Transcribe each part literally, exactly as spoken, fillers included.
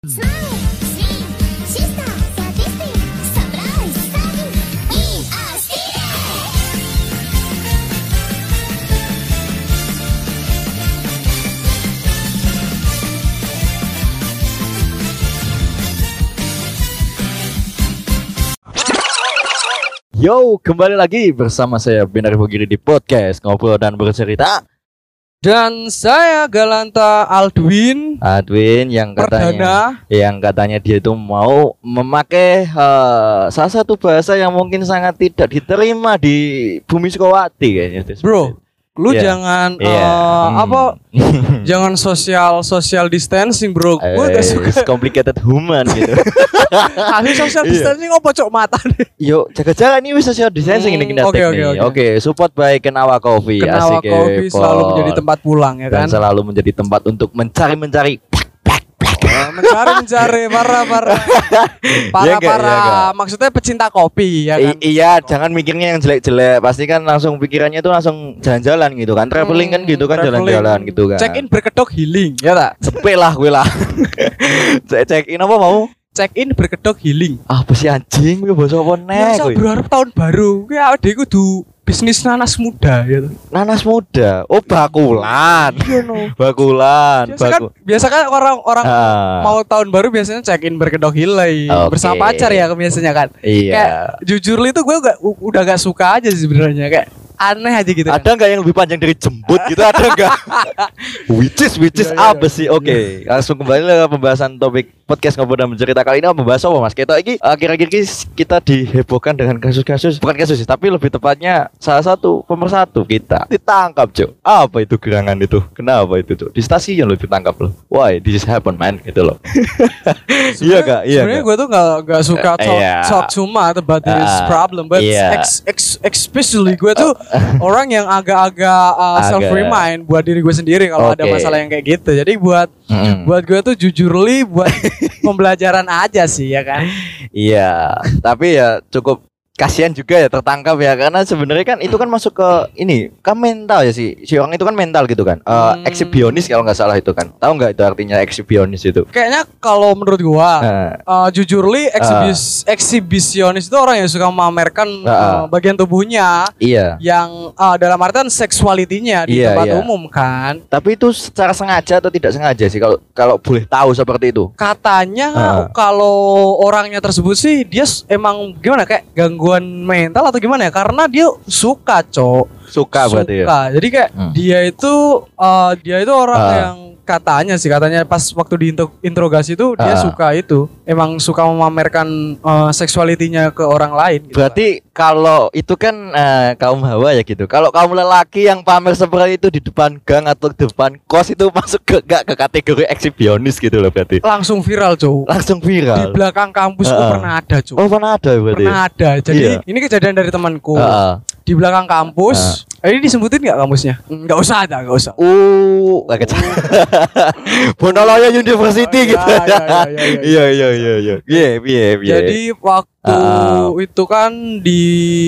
Yo, kembali lagi bersama saya Binar Bugiri di podcast Ngobrol dan Bercerita. Dan saya Galanta Aldwin Aldwin yang katanya Perdana. yang katanya dia itu mau memakai uh, salah satu bahasa yang mungkin sangat tidak diterima di bumi Sukawati kayaknya. Bro, lu yeah. jangan yeah. uh, hmm. apa jangan social social distancing, bro. Gue gak suka complicated human gitu. Ahli social distancing apa cok mata nih. Yuk, jaga jarak ini wis social distancing hmm, ini kita okay, take okay, nih. Oke, okay. okay, support by Kenawa Coffee. Kenawa Coffee selalu menjadi tempat pulang ya kan. Dan selalu menjadi tempat untuk mencari-mencari mencari-mencari para-para para-para maksudnya pecinta kopi ya kan. I- iya, jangan mikirnya yang jelek-jelek. Pasti kan langsung pikirannya itu langsung jalan-jalan gitu kan. Traveling hmm, kan gitu kan, jalan-jalan gitu kan. Check in berkedok healing ya tak? Cepet lah gue lah. Check in apa mau? Check in berkedok healing. Ah, apa sih anjing gue bahasa apa nek. Ya saya berharap tahun baru. Gue adek kudu bisnis nanas muda gitu. Nanas muda. Oh, bakulan. Iya no. Bakulan. Biasa kan, biasa kan orang-orang ah. mau tahun baru biasanya check in berkedok healing okay. bersama pacar ya biasanya kan. Iya. Kayak jujur itu gue gak, udah gak suka aja sih sebenarnya kayak aneh aja gitu. Ada nggak kan? Yang lebih panjang dari jembut gitu? Ada nggak? which is which is yeah, apa yeah. sih? Oke, okay. Langsung kembali ke pembahasan topik podcast Ngobrol dan Bercerita kali ini. Membahas apa mas? Kita lagi akhir-akhir ini kita dihebohkan dengan kasus-kasus, bukan kasus tapi lebih tepatnya salah satu pemersatu kita ditangkap cok. Apa itu gerangan itu? Kenapa itu cok? Di stasiun lebih ditangkap loh. Why this happen man? Gitu loh. Iya kak. Iya. Sebenarnya gue tuh nggak nggak suka talk, uh, yeah. talk too much about this uh, problem, but yeah. ex, ex, especially gue tuh orang yang agak-agak uh, self remind buat diri gue sendiri kalau okay. ada masalah yang kayak gitu. Jadi buat mm. buat gue tuh jujurly buat pembelajaran aja sih ya kan. Iya, tapi ya cukup kasihan juga ya tertangkap ya, karena sebenarnya kan itu kan masuk ke ini kan mental ya sih, si orang itu kan mental gitu kan, uh, hmm. eksibionis kalau nggak salah itu kan, tahu nggak itu artinya eksibionis itu? Kayaknya kalau menurut gua, uh. Uh, jujurly eksibis uh. eksibisionis itu orang yang suka memamerkan uh. Uh, bagian tubuhnya, iya, yang uh, dalam artian seksualitinya di iya, tempat iya. umum kan. Tapi itu secara sengaja atau tidak sengaja sih kalau kalau boleh tahu seperti itu? Katanya uh. kalau orangnya tersebut sih dia emang gimana kayak gangguan mental atau gimana ya, karena dia suka cok suka, suka. berarti ya jadi kayak hmm. dia itu uh, dia itu orang uh. yang katanya sih katanya pas waktu diinterogasi itu uh. dia suka itu emang suka memamerkan uh, seksualitinya ke orang lain gitu. Berarti lah. Kalau itu kan uh, kaum hawa ya gitu. Kalau kaum lelaki yang pamer seperti itu di depan gang atau di depan kos itu masuk ke gak ke kategori eksibionis gitu loh berarti. Langsung viral cok. Langsung viral. Di belakang kampus uh. oh, pernah ada cok. Oh pernah ada berarti. Pernah ada. Jadi iya. ini kejadian dari temanku. Uh. Di belakang kampus. Uh. Ini disebutin nggak kampusnya? Nggak usah ada, nggak usah. Uh, nggak kecil. Bonoloyo University gitu. Iya iya iya iya. Iya iya iya. Jadi waktu uh, itu kan di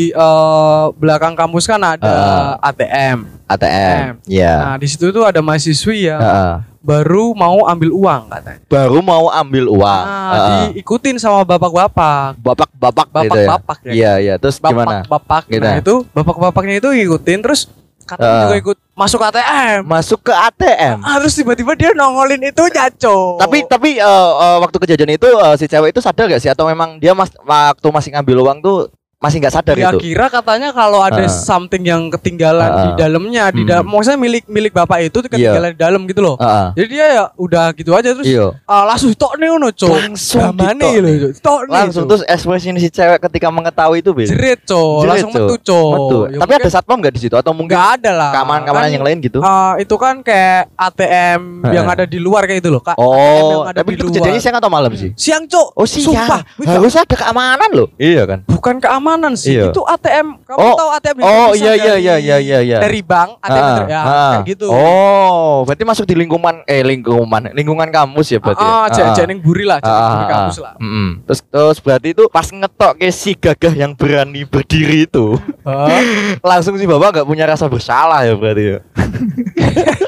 uh, belakang kampus kan ada uh, A T M. A T M. Iya. Nah di situ tuh ada mahasiswi ya. Uh. Baru mau ambil uang katanya. Baru mau ambil uang. Nah, uh. diikutin sama bapak-bapak. Bapak-bapak Bapak-bapak gitu ya. Iya, iya. Terus bapak, gimana? Bapak gitu. Nah, itu bapak-bapaknya itu ngikutin terus katanya uh. juga ikut masuk A T M. Masuk ke A T M. Ah, terus tiba-tiba dia nongolin itu nyaco. Tapi tapi uh, uh, waktu kejadian itu uh, si cewek itu sadar gak sih atau memang dia mas waktu masih ngambil uang tuh masih nggak sadar ya, itu? Kira katanya kalau ada uh. something yang ketinggalan uh. di dalamnya, di dalam, hmm. maksudnya milik milik bapak itu ketinggalan yeah. di dalam gitu loh. Uh. Jadi dia ya udah gitu aja terus uh, langsung tok nih uno cok. Langsung nih loh. Tok nih. Langsung terus ekspresi si cewek ketika mengetahui itu beda. Jerit cok, langsung metu cok. Ya, tapi ada satpam nggak di situ atau mungkin? Nggak ada lah. Keamanan-keamanan kan, yang lain gitu? Uh, itu kan kayak A T M uh. yang ada di luar kayak itu loh kak. Oh. A T M yang ada tapi itu kejadiannya siang atau malam sih? Siang cok. Oh siang. Sumpah. Harusnya ada keamanan loh. Iya kan? Bukan keamanan sih. Itu A T M, kamu oh, tahu A T M yang oh, bisa iya, iya, iya, iya, iya. dari bank, A T M ah, ya, ah. kayak gitu. Oh, berarti masuk di lingkungan eh lingkungan lingkungan kampus ya berarti. Ah, ya? ah, ning buri lah, ah, kampus lah. Mm-hmm. Terus terus berarti itu pas ngetok ke si gagah yang berani berdiri itu, ah. langsung si bapak nggak punya rasa bersalah ya berarti ya.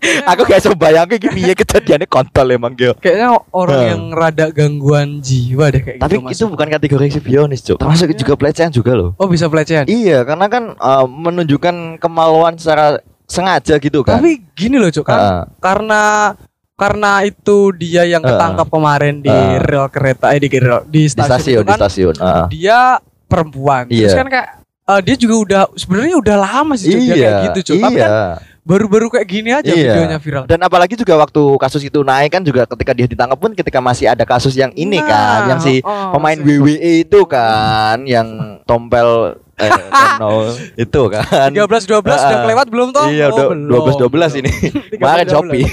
Aku gak iso bayangke iki piye kejadiannya kontol emang yo. Kayaknya orang hmm. yang rada gangguan jiwa deh kayak tapi gitu. Tapi itu bukan kategori eksibionis, Cuk. Termasuk oh, juga pelecehan juga loh. Oh, bisa pelecehan. Iya, karena kan uh, menunjukkan kemaluan secara sengaja gitu kan. Tapi gini loh, Cuk, kan uh. karena karena itu dia yang ketangkap uh. kemarin di uh. rel kereta eh di rel di stasiun, di stasiun, kan, di stasiun. Uh. Dia perempuan. Iya. Terus kan kayak uh, dia juga udah sebenarnya udah lama sih Cuk, iya, kayak gitu, Cuk. Iya. Tapi kan baru-baru kayak gini aja iya. videonya viral. Dan apalagi juga waktu kasus itu naik kan juga ketika dia ditangkap pun ketika masih ada kasus yang ini nah, kan, yang si oh, pemain W W E itu kan, yang tompel eh, no, itu kan tiga belas dua belas uh, udah kelewat belum toh? Iya udah oh, dua belas dua belas ini kemarin Shopee.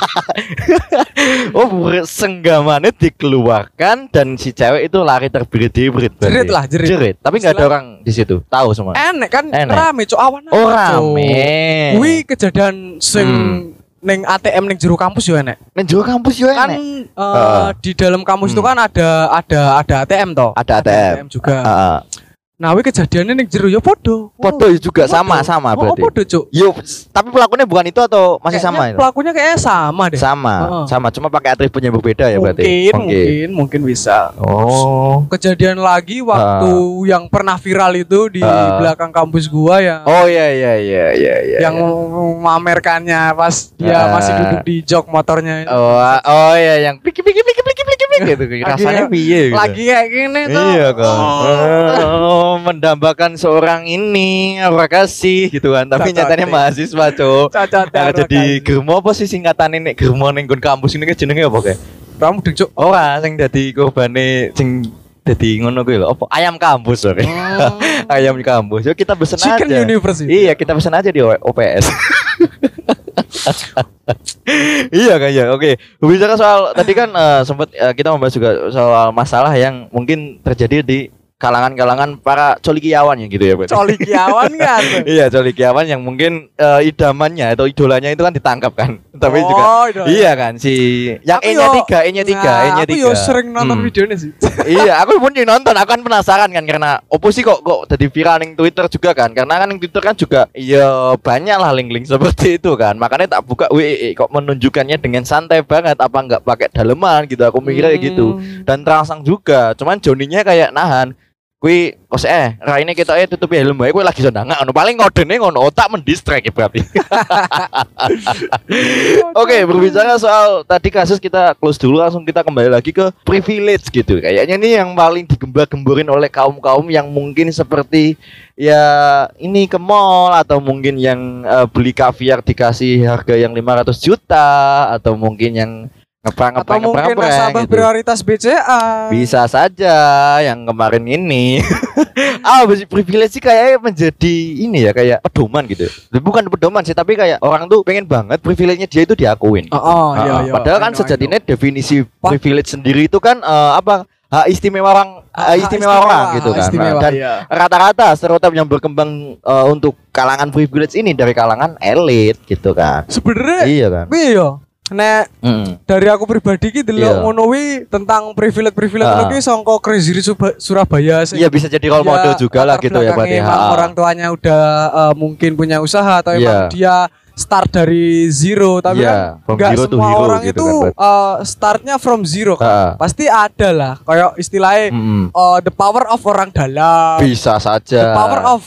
Oh senggamannya dikeluarkan dan si cewek itu lari terbirit-birit. Jerit lah jerit, jerit. Tapi nggak ada orang di situ tahu semua. Enek kan Enek. Rame cok awan. Oh rame. Wih kejadian sing hmm. neng A T M neng jero kampus yo enek. Neng jero kampus yo enek. Kan uh, uh. di dalam kampus itu hmm. kan ada ada ada A T M toh. Ada A T M, A T M juga. Uh, uh. Nah, wih kejadiannya ning jero ya podo. Podo juga podo. sama sama berarti. Oh, podo, Cuk. Yo, tapi pelakunya bukan itu atau masih kayaknya sama itu? Pelakunya kayaknya sama deh. Sama. Uh-huh. Sama, cuma pakai atribut yang berbeda ya berarti. Mungkin, okay. mungkin, mungkin bisa. Oh. Kejadian lagi waktu uh. yang pernah viral itu di uh. belakang kampus gua ya. Oh iya iya iya iya iya. Yang memamerkannya pas dia uh. masih duduk di jok motornya. Oh, oh iya yang piki piki piki piki piki gitu. Rasanya piye gitu. Lagi kayak gini tuh. Iya kan. Oh, mendambakan seorang ini apa kasih gitu kan, tapi Cacate. Nyatanya mahasiswa cok. Nah, jadi germo apa sih singkatan ini germo ning kampus ini jenenge apa kayak? Kamu dek cok. Ora sing dadi korbane sing dadi ngono kuwi lho, apa ayam kampus sorry. Oh. Ayam kampus. Yuk kita pesen aja. Chicken University. Iya, kita pesen aja di O P S. Iya kan ya. Oke. Bicara soal tadi kan uh, sempat uh, kita membahas juga soal masalah yang mungkin terjadi di kalangan-kalangan para colikiawan ya gitu ya berarti. Colikiawan kan? Iya colikiawan yang mungkin uh, idamannya atau idolanya itu kan ditangkap kan. Tapi oh, juga idola. Iya kan si yang E-nya tiga, E-nya tiga, E-nya tiga. Aku yo sering nonton hmm. videonya sih. Iya, aku pun nonton, aku kan penasaran kan karena opo sih kok kok jadi viral ning Twitter juga kan. Karena kan ning Twitter kan juga iya banyak lah link-link seperti itu kan. Makanya tak buka W E E kok menunjukkannya dengan santai banget apa enggak pakai daleman gitu. Aku mikirnya hmm. gitu. Dan terangsang juga. Cuman Joninya kayak nahan. Kui kos eh raine kita eh tutup helm bae kowe lagi sondangak ngono paling ngodene ngono otak mendistract ya berarti. Oke, berbicara soal tadi kasus kita close dulu langsung kita kembali lagi ke privilege gitu. Kayaknya ini yang paling digembar-gemborin oleh kaum-kaum yang mungkin seperti ya ini ke mall atau mungkin yang uh, beli kaviar dikasih harga yang lima ratus juta atau mungkin yang ngeprank-ngeprank atau mungkin nasabah gitu. Prioritas B C A. Bisa saja yang kemarin ini. Ah, privilege sih kayak menjadi ini ya kayak pedoman gitu. Bukan pedoman sih tapi kayak orang tuh pengen banget privilege-nya dia itu diakuin. Oh, oh uh, iya, iya. Padahal kan sejatinya definisi privilege sendiri itu kan uh, apa? Hak istimewa orang, hak istimewa orang gitu kan. Istimewa, dan iya. Rata-rata stereotip yang berkembang uh, untuk kalangan privilege ini dari kalangan elit gitu kan. Sebenarnya iya kan. Iya. Nek mm. dari aku pribadi ki delok ngono wi tentang privilege-privilege ngono ki sangka Crazy Rich Surabaya sih. Iya bisa jadi role model ya, juga lah gitu ya berarti. Orang tuanya udah uh, mungkin punya usaha atau yeah. emang dia start dari zero tapi yeah, kan enggak semua hero, orang gitu itu kan, uh, startnya from zero kan. Uh. Pasti ada lah kayak istilahnya mm. uh, the power of orang dalam. Bisa saja. The power of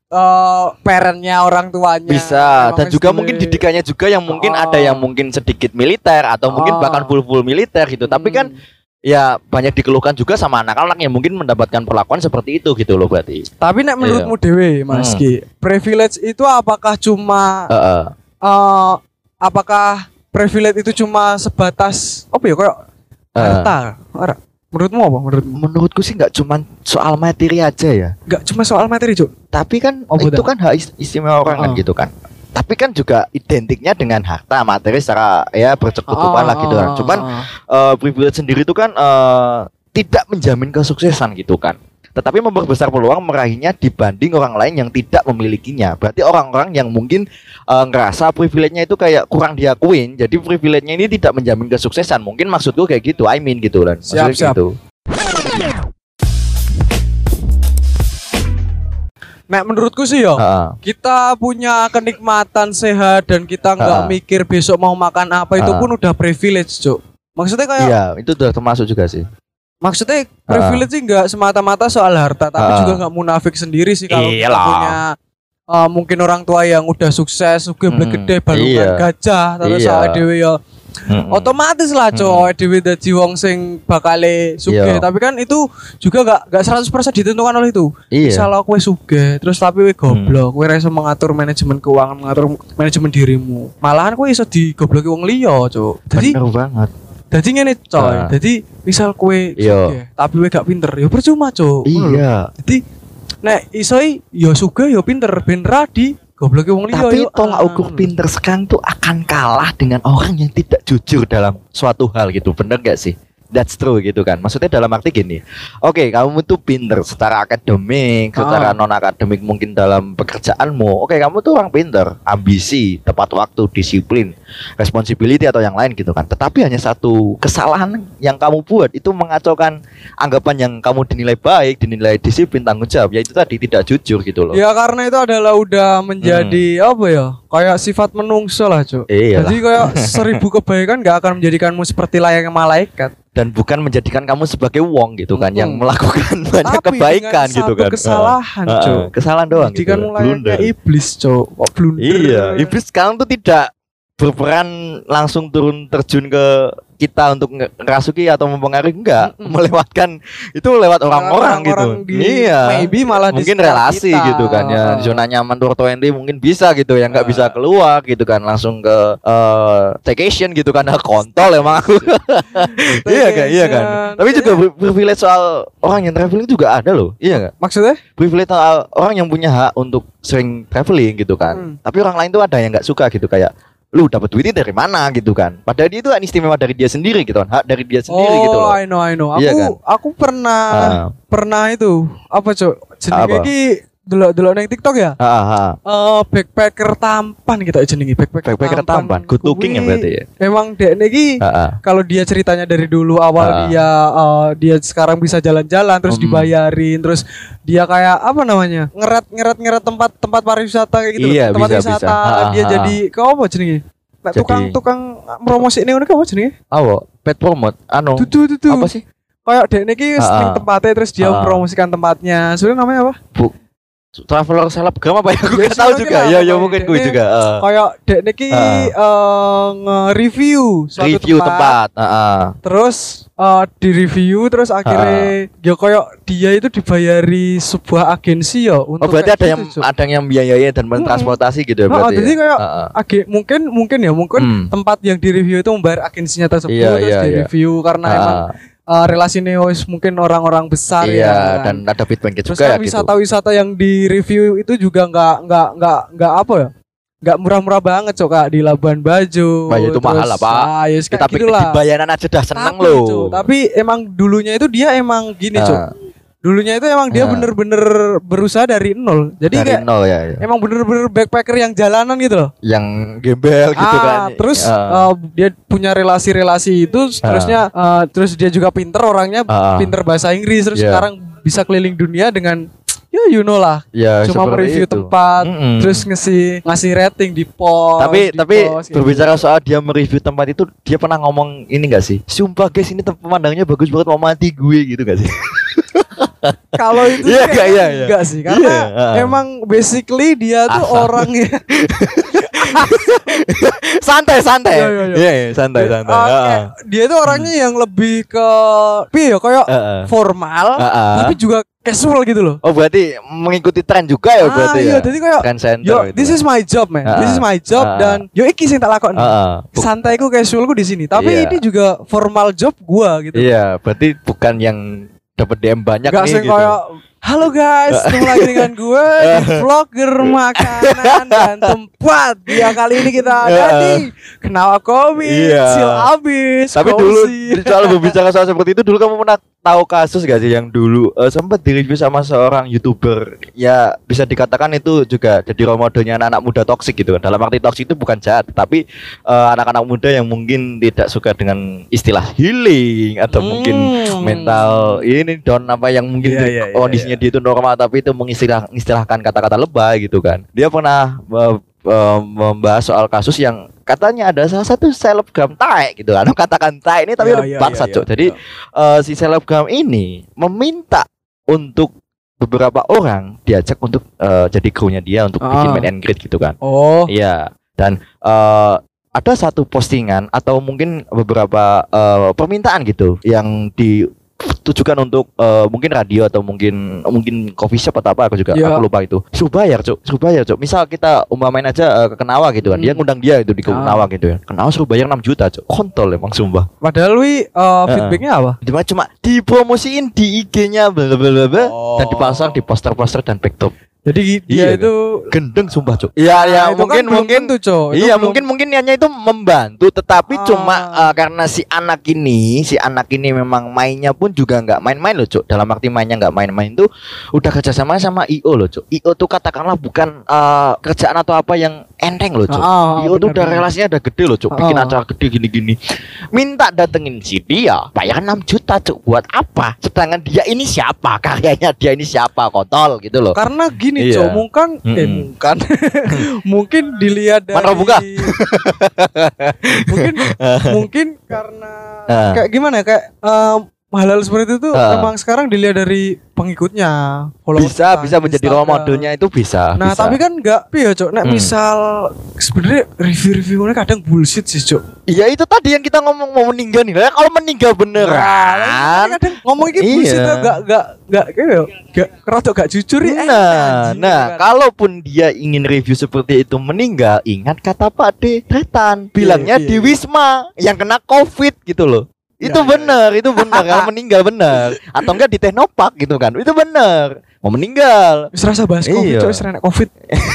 Uh, parentnya orang tuanya bisa dan juga sendiri. Mungkin didikannya juga yang mungkin oh. ada yang mungkin sedikit militer atau oh. mungkin bahkan full full militer gitu hmm. tapi kan ya banyak dikeluhkan juga sama anak-anak yang mungkin mendapatkan perlakuan seperti itu gitu loh berarti. Tapi nek menurutmu yeah. dewe Mas hmm. Ki, privilege itu apakah cuma uh -uh. Uh, apakah privilege itu cuma sebatas apa ya kayak harta uh. Menurutmu apa? Menurutmu? Menurutku sih nggak cuma soal materi aja ya. Nggak cuma soal materi, Cuk. Tapi kan oh, itu kan hak istimewa orang oh. kan gitu kan. Tapi kan juga identiknya dengan harta materi secara ya bercukupan oh, lah gitu kan. Cuman oh. uh, privilege sendiri itu kan uh, tidak menjamin kesuksesan gitu kan. Tetapi memperbesar peluang meraihnya dibanding orang lain yang tidak memilikinya. Berarti orang-orang yang mungkin uh, ngerasa privilege-nya itu kayak kurang diakuin. Jadi privilege-nya ini tidak menjamin kesuksesan. Mungkin maksudku kayak gitu. I mean gitu kan. Siap, siap. Gitu. Nek menurutku sih yo, uh. kita punya kenikmatan sehat dan kita nggak uh. mikir besok mau makan apa itu uh. pun udah privilege, Cuk. Maksudnya kayak iya, itu udah termasuk juga sih. Maksudnya privilege sih uh. nggak semata-mata soal harta, tapi uh. juga nggak munafik sendiri sih kalau kita punya uh, mungkin orang tua yang udah sukses, suka hmm, gede, balungan iya. gajah, terus iya. soal dewe yo. Mm-mm. Otomatis lah cowok dhewe dadi wong sing bakale sugih, tapi kan itu juga gak gak seratus persen ditentukan oleh itu. Iya. Misal kowe sugih terus tapi kowe goblok, kowe ora iso mengatur manajemen keuangan, mengatur manajemen dirimu. Malahan kowe iso digobloki wong liya, Cuk. Dadi bener banget. Dadi ngene coy. Uh. Dadi misal kowe sugih tapi kowe gak pinter, ya percuma, Cuk. Iya. Dadi nek iso ya sugih ya pinter ben ra di goblok wong liya. Tapi tolak ukur pinter sekarang tuh akan kalah dengan orang yang tidak jujur dalam suatu hal gitu. Bener gak sih? That's true gitu kan. Maksudnya dalam arti gini. Oke, okay, kamu tuh pinter secara akademik, ah. secara non akademik mungkin dalam pekerjaanmu. Oke, okay, kamu tuh orang pinter, ambisi, tepat waktu, disiplin, responsibility atau yang lain gitu kan. Tetapi hanya satu kesalahan yang kamu buat itu mengacaukan anggapan yang kamu dinilai baik, dinilai disiplin, tanggung jawab. Yaitu tadi tidak jujur gitu loh. Ya karena itu adalah udah menjadi hmm. apa ya? Kayak sifat menungso lah, Cuk. Iyalah. Jadi kayak seribu kebaikan gak akan menjadikanmu seperti layaknya malaikat. Dan bukan menjadikan kamu sebagai wong gitu kan, hmm. yang melakukan banyak tapi kebaikan gitu kan. Kesalahan, uh, Cuk. Uh, kesalahan doang. Jadikan gitu. Layaknya iblis, Cuk. Kok blunder. Iya, iblis sekarang tuh tidak berperan langsung turun terjun ke kita untuk ngerasuki atau mempengaruhi, enggak, mm-mm. melewatkan itu lewat orang-orang gitu. Iya. Maybe malah mungkin relasi kita. Gitu kan ya. Zona nyaman tour dua puluh mungkin bisa gitu yang enggak uh. bisa keluar gitu kan, langsung ke uh, staycation gitu kan, kontol emang aku. Iya kan, iya kan. Tapi juga privilege soal orang yang traveling juga ada loh. Iya enggak? Maksudnya? Privilege soal orang yang punya hak untuk sering traveling gitu kan. Hmm. Tapi orang lain tuh ada yang enggak suka gitu, kayak lu dapat duitnya dari mana gitu kan. Padahal dia itu kan istimewa dari dia sendiri gitu kan. Hak dari dia sendiri oh, gitu loh. Oh, I know, I know. Aku iya kan? aku pernah uh. pernah itu apa, Cuk? Jenenge iki delok-delok nang TikTok ya? Heeh, heeh. Uh, backpacker tampan gitu jenenge, backpacker, backpacker tampan. Good looking ya berarti ya. Emang dekne iki kalau dia ceritanya dari dulu awal uh. dia uh, dia sekarang bisa jalan-jalan terus hmm. dibayarin, terus dia kayak apa namanya? ngeret-ngeret-ngeret tempat-tempat pariwisata kayak gitu. Iya, tempat bisa, wisata bisa. Ha, dia ha, jadi ke apa jenenge? Nah, tukang-tukang promosi ini ngono apa jenenge? Apa? Pet promote anu. Tutu tutu. Apa sih? Kayak dekne iki ning tempatnya terus dia mempromosikan tempatnya. Sebenarnya namanya apa? Bu. Traveler selebgram apa ya? Aku enggak tahu juga. Ya ya mungkin gue juga. Uh. Kayak dekne iki uh. uh, nge-review suatu review tempat. tempat. Uh-uh. Terus uh, di review terus akhirnya uh. ya kayak dia itu dibayari sebuah agensi ya untuk. Oh, berarti ada yang gitu, ada yang biayanya dan mentransportasi hmm. gitu ya berarti. Oh, jadi kayak uh-uh. ag- mungkin mungkin ya mungkin hmm. tempat yang di review itu membayar agensinya tersebut iya, terus iya, di review iya. karena uh. emang Uh, relasi neos mungkin orang-orang besar iya, ya kan? Dan ada feedback juga. Terus kan ya, wisata-wisata gitu. Yang di review itu juga nggak nggak nggak nggak apa ya, nggak murah-murah banget Cok, Kak, di Labuan Bajo. Bajo itu mahal lah Pak. Ah, ya, tapi gitu di bayaran aja dah seneng tapi, loh. Cok, tapi emang dulunya itu dia emang gini uh. Cok. Dulunya itu emang dia uh. bener-bener berusaha dari nol. Jadi dari kayak nol ya, ya. Emang bener-bener backpacker yang jalanan gitu loh. Yang gembel gitu ah, kan. Terus uh. Uh, dia punya relasi-relasi itu, uh. terusnya uh, terus dia juga pinter orangnya, uh. pinter bahasa Inggris, terus yeah. sekarang bisa keliling dunia dengan ya you know lah. Ya, cuma mereview tempat, mm-mm. terus ngasih ngasih rating di post. Tapi di tapi post, berbicara gitu. Soal dia mereview tempat itu, dia pernah ngomong ini enggak sih? Sumpah guys, ini pemandangannya bagus banget, mau mati gue gitu enggak sih? Kalau itu yeah, sih yeah, yeah, yeah. enggak sih, karena yeah, uh. emang basically dia tuh Asal. orang ya santai santai, iya yeah, yeah, santai santai. Uh, uh. Dia itu orangnya hmm. yang lebih ke, pi ya kayak uh, uh. formal, uh, uh. tapi juga casual gitu loh. Oh berarti mengikuti tren juga ya ah, berarti iya, ya. Jadi kayak yo gitu. This is my job man, uh, this is my job uh, dan yo iki sing tak lakoni. Uh, uh. Santaiku casualku di sini, tapi yeah. ini juga formal job gua gitu. Iya, yeah, berarti bukan yang dapat D M banyak Gak nih gitu. Kayak, halo guys, ketemu lagi dengan gue di vlogger makanan dan tempat. Ya kali ini kita ada di Kenawa Komi, iya. Sil abis. Tapi Kosi. Dulu kalau berbicara soal seperti itu, dulu kamu pernah tahu kasus gak sih yang dulu uh, sempat direview sama seorang YouTuber, ya bisa dikatakan itu juga jadi role modelnya anak-anak muda toksik gitu kan. Dalam arti toksik itu bukan jahat, tapi uh, anak-anak muda yang mungkin tidak suka dengan istilah healing atau hmm. mungkin mental ini down apa yang mungkin yeah, yeah, yeah, kondisinya yeah. ngomongnya dia itu normal tapi itu mengistilah istilahkan kata-kata lebay gitu kan. Dia pernah uh, uh, membahas soal kasus yang katanya ada salah satu selebgram tae gitu kan. Katakan tae ini tapi ya, ya, ya, bangsat, ya, Cok. ya, Jadi ya. Uh, si selebgram ini meminta untuk beberapa orang diajak untuk uh, jadi krunya dia untuk ah. bikin meet and greet gitu kan. Oh. Iya. Dan uh, ada satu postingan atau mungkin beberapa uh, permintaan gitu yang ditujukan untuk uh, mungkin radio atau mungkin mungkin coffee shop atau apa, aku juga yeah. aku lupa itu. Suruh bayar, Cuk. Suruh bayar, Cuk. Misal kita umpamain aja uh, ke Kenawa gitu kan. Hmm. Dia ngundang dia itu di Kenawa ah. gitu ya. Kenawa suruh bayar enam juta, Cuk. Kontol emang sumpah. Padahal wi uh, feedbacknya apa? Cuma cuma dipromosiin di I G-nya bla bla bla oh. dan dipasang di poster-poster dan backdrop. Jadi dia iya, itu gendeng sumpah, Cuk. Iya, ya, nah, mungkin kan mungkin tentu, Cuk. Iya, belum... mungkin mungkin niatnya itu membantu, tetapi ah. cuma uh, karena si anak ini, si anak ini memang mainnya pun juga enggak main-main loh, Cuk. Dalam arti mainnya enggak main-main tuh udah kerjasama sama I O loh, Cuk. I O tuh katakanlah bukan uh, kerjaan atau apa yang enteng loh, Cuk. Ah, I O tuh udah relasinya udah gede loh, Cuk. Bikin ah. acara gede gini-gini. Minta datengin si dia, bayar enam juta, Cuk. Buat apa? Sedangkan dia ini siapa? Karyanya dia ini siapa? Kontol gitu loh. Karena gini, iya. Cuk, mungkin Mm-hmm. Eh bukan mungkin dilihat dari buka. mungkin mungkin karena uh. kayak gimana kayak um, hal-hal seperti itu uh. memang sekarang dilihat dari pengikutnya. Bisa bisa menjadi role modelnya itu bisa. Nah, bisa. tapi kan enggak piye, Cuk. Nek hmm. misal sebenarnya review-reviewnya kadang bullshit sih, Cuk. Iya, itu tadi yang kita ngomong mau meninggal nih. Lah kalau meninggal beneran. Nah, kadang ngomong iki bullshit iya. enggak enggak enggak kayak enggak rada enggak jujur ya. Nah, nah, nah kan. Kalaupun dia ingin review seperti itu meninggal, ingat kata Pak D. Tretan, bilangnya yeah, yeah, di Wisma yang kena Covid gitu loh. Itu ya, benar, ya, ya. itu benar kalau meninggal benar. Atau enggak di Teknopark gitu kan. Itu benar. Mau meninggal. Wis rasa bahas Covid, Cuk, wis rene Covid.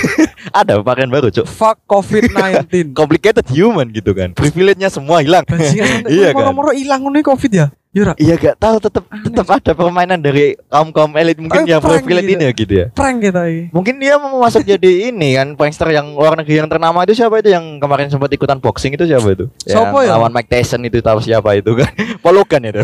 Ada pakaian baru, Cuk. Fuck covid sembilan belas. Complicated human gitu kan. Privilege-nya semua hilang. Iya kan. Moro-moro hilang ngono Covid ya. Iya, iya gak tahu tetap tetap ada permainan dari kaum-kaum elit mungkin yang privilege ini ya gitu ya. Prank gitu ya. Mungkin dia mau masuk jadi ini kan prankster yang luar negeri yang ternama itu siapa itu yang kemarin sempat ikutan boxing itu siapa itu? Siapa ya? Lawan Mike Tyson itu tahu siapa itu kan? Pologan ya.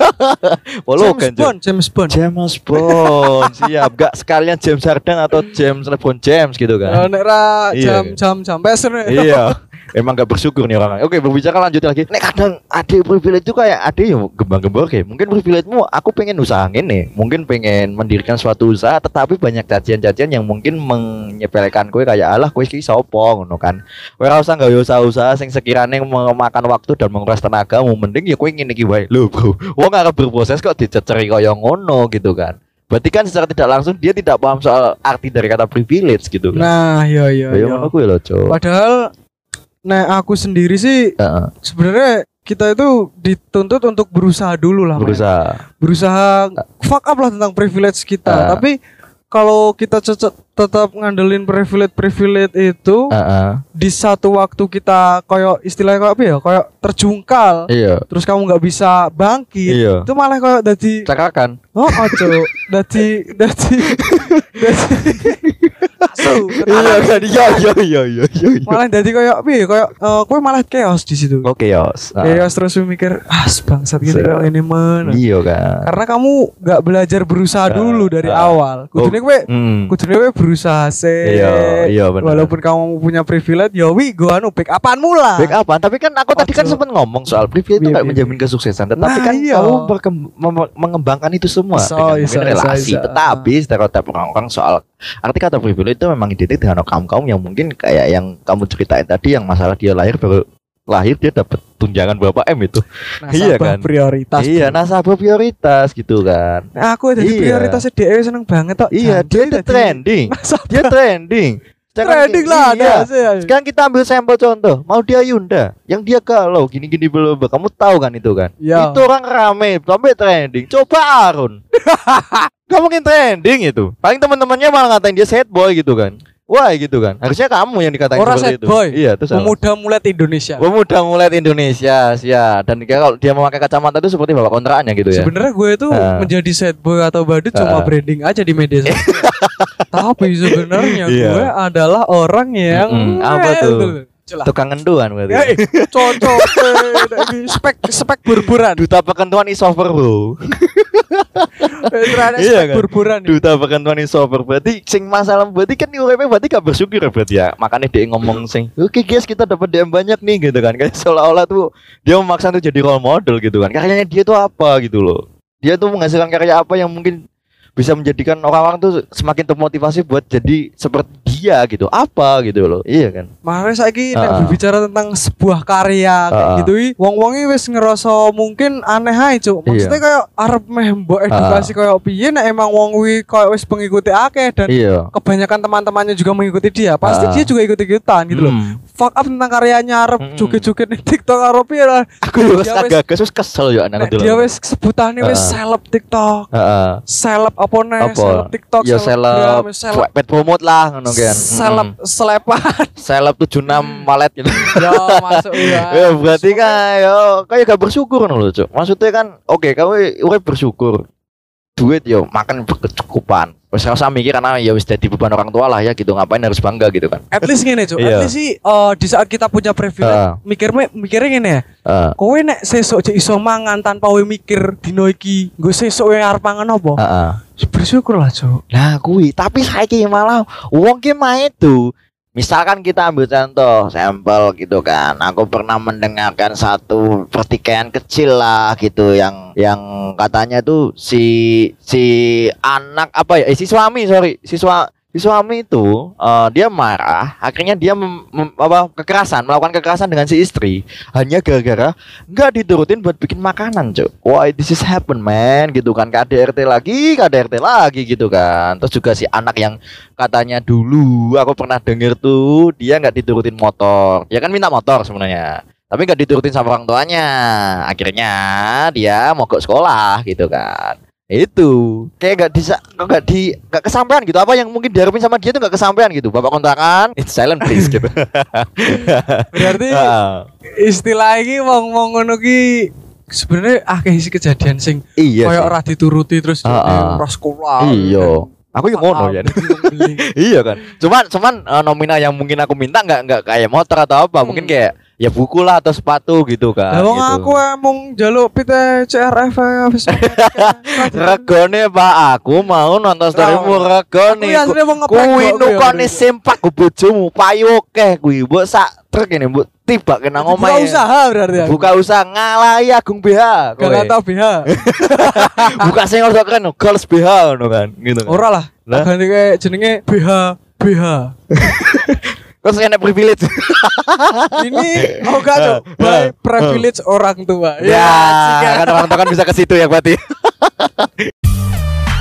Pologan. James Bond, James Bond. James Bond. Siap. Gak sekalian James Harden atau James LeBron James gitu kan. Nek ra jam-jam jam peser. Iya. Emang gak bersyukur nih orang. Oke, berbicara lanjut lagi. Nek kadang adik privilege itu kayak adik yang gembang-gembor kayak. Mungkin privilege-mu aku pengen usaha ini, mungkin pengen mendirikan suatu usaha, tetapi banyak cacian-cacian yang mungkin menyepelekan kowe kayak alah kowe iki sapa ngono kan. Kowe ora usah gawe usaha-usaha sing sekiranya memakan waktu dan menguras tenaga, mu mending ya kowe ngene iki wae. Lho, Bro. Wong arep berproses kok diceceri kaya ngono gitu kan. Berarti kan secara tidak langsung dia tidak paham soal arti dari kata privilege gitu kan. Nah, iya iya. Ya ngono kuwi lho, Cuk. Padahal nah aku sendiri sih uh-uh. sebenarnya kita itu dituntut untuk berusaha dulu lah. Berusaha. Man. Berusaha fuck up lah tentang privilege kita. Uh. Tapi kalau kita cocok tetap ngandelin privilege-privilege itu uh-uh. di satu waktu kita koyo istilahnya koyo apa ya? Koyo terjungkal. Iya. Terus kamu nggak bisa bangkit. Iya. Itu malah koyo dadi cakakan. Oh, ojo. dadi dadi dadi So, iya kan iya iya iya iya iya. Malah dadi koyo piye koyo uh, kowe malah chaos di situ. Oh, chaos. Nah. Chaos terus mikir, ah bangsat gitu kok ini men. Iya kan. Karena kamu enggak belajar berusaha nah. dulu dari nah. awal. Kudune kowe hmm. kudune kowe berusaha sih. Iya, iya benar. Walaupun kamu punya privilege, ya wi go anu back upan mula. Back upan, tapi kan aku tadi kan sempat ngomong soal privilege itu enggak menjamin kesuksesan, tetapi nah, kan iya. kamu berkem- mem- mengembangkan itu semua so, dengan iso, relasi. Iso, iso. Tetapi stereotip orang-orang soal arti kata privilege itu memang identik dengan kaum-kaum yang mungkin kayak yang kamu ceritain tadi yang masalah dia lahir baru lahir dia dapat tunjangan berapa M itu. Nasabah iya kan prioritas. Iya, bro. Nasabah prioritas gitu kan. Nah, aku ada iya. prioritasnya dia seneng banget tok. Iya, dia itu trending. Dia trending. Sekarang trending lah iya. ada. Sekarang kita ambil sampel contoh. Mau dia Yunda yang dia galau gini-gini belum. Kamu tahu kan itu kan? Ya. Itu orang rame sampai trending. Coba Arun. Gak mungkin trending itu. Paling teman-temannya malah ngatain dia sad boy gitu kan. Wah gitu kan. Harusnya kamu yang dikatain orang seperti itu. Boy. Iya, itu salah. Pemuda mulet Indonesia. Pemuda mulet Indonesia, ya. Dan kalau dia memakai kacamata itu seperti bapak kontrakannya gitu ya. Sebenarnya gue itu uh. menjadi sad boy atau badut uh. cuma branding aja di media sosial. Tapi sebenarnya yeah. gue adalah orang yang mm-hmm. apa tuh? lah. Tukang ngenduan berarti. Ya, cocok. Spek spek burburan. Duta pekentuan isover, Bro. Terus Iya spek kan? burburan. Duta pekentuan isover berarti sing masalah berarti kan uripe berarti gak bersyukur ya berarti ya. Makanya dia ngomong sing, "Oke guys, kita dapat D M banyak nih," gitu kan. Kayak seolah-olah tuh dia memaksa tuh jadi role model gitu kan. Karyanya dia tuh apa gitu loh. Dia tuh menghasilkan karya apa yang mungkin bisa menjadikan orang-orang tuh semakin termotivasi buat jadi seperti dia gitu. Apa gitu loh. Iya kan. Makanya saiki Uh-uh. nek berbicara tentang sebuah karya kayak Uh-uh. gitu i, wong-wongi wis ngerasa mungkin aneh ae, Cuk. Maksudnya Iya. kayak arep meh mbok edukasi kayak piye nek emang wong kuwi kayak wis pengikuti akeh dan Iya. kebanyakan teman-temannya juga mengikuti dia. Pasti Uh-uh. dia juga ikut-ikutan gitu loh. Hmm. Fuck up tentang karyanya arep Hmm. joget-joget ning TikTok arep piye lah. Aku wis Dia wis- agak wis kesel yo anak Nek dia wis sebutane wis Uh-uh. seleb TikTok. Heeh. Seleb apa nih? Apa? Seleb TikTok, Ya seleb, seleb, seleb, pet promote lah ngono kan. seleb, selepan. Seleb tujuh puluh enam walet gitu. Yo masuk ya. Ya berarti kan yo kayak gak bersyukur loh, Cuk. Maksudnya kan oke, kamu urip bersyukur. Duit yo makan berkecukupan. Wis ora usah mikir karena ya wis jadi beban orang tua lah ya gitu. Ngapain harus bangga gitu kan. At least ngene, Cuk. Iya. At least sih eh, di saat kita punya privilege, Ah. mikirnya mikirnya ngene ya. Heeh. Kowe nek sesuk jek iso mangan tanpa kowe mikir dino iki, nggo sesuk kowe arep mangan apa? Heeh. Bersyukur lah, Cuk. Nah, kuwi tapi saiki malah wong ki main tuh. Misalkan kita ambil contoh sampel gitu kan. Aku pernah mendengarkan satu pertikaian kecil lah gitu yang yang katanya tuh si si anak apa ya? Eh, si suami, sorry. Si sua- si suami itu eh, dia marah, akhirnya dia mem, mem- apa kekerasan, melakukan kekerasan dengan si istri hanya gara-gara nggak diturutin buat bikin makanan, Cuk. Why this is happen, man, gitu kan. K D R T lagi, K D R T lagi gitu kan. Terus juga si anak yang katanya dulu aku pernah denger tuh dia nggak diturutin motor. Ya kan minta motor sebenarnya. Tapi nggak diturutin sama orang tuanya. Akhirnya dia mogok sekolah gitu kan. Itu kayak gak bisa, gak di gak kesampaian gitu. Apa yang mungkin diharapin sama dia tuh gak kesampaian gitu. Bapak kontrakan, it's silent please gitu. Berarti Ah, istilah iki wong-wong ngono ki sebenarnya akeh isi kejadian sing iya koyo sih. ora dituruti terus Ah, ah. jadi ora sekolah. Iya. Aku yang ngono ya. Iya kan. Cuman cuman eh, nominal yang mungkin aku minta nggak nggak kayak motor atau apa. Hmm. Mungkin kayak ya buku lah atau sepatu gitu kan. Lah wong gitu. aku emang njaluk pite C R F wis. Regone Pak, aku mau nonton storymu regone. Aku ya asline wong ngeprek Kuwi kok, nukone kuwi. sempak ku bojomu payu akeh kuwi. Mbok sak truk ini mbok tiba kena Buka ngomahe. usaha berarti ya. Buka usaha ngalahi Agung B H. kowe. Gak tau B H. Buka sing ora keren Girls B H ngono kan. Gitu kan. Ora lah. Lah? Ganti kayak jenenge B H B H. Terus enak privilege. Ini oh gak tuh by privilege orang tua. Ya, sih, kan orang tua kan bisa ke situ ya berarti.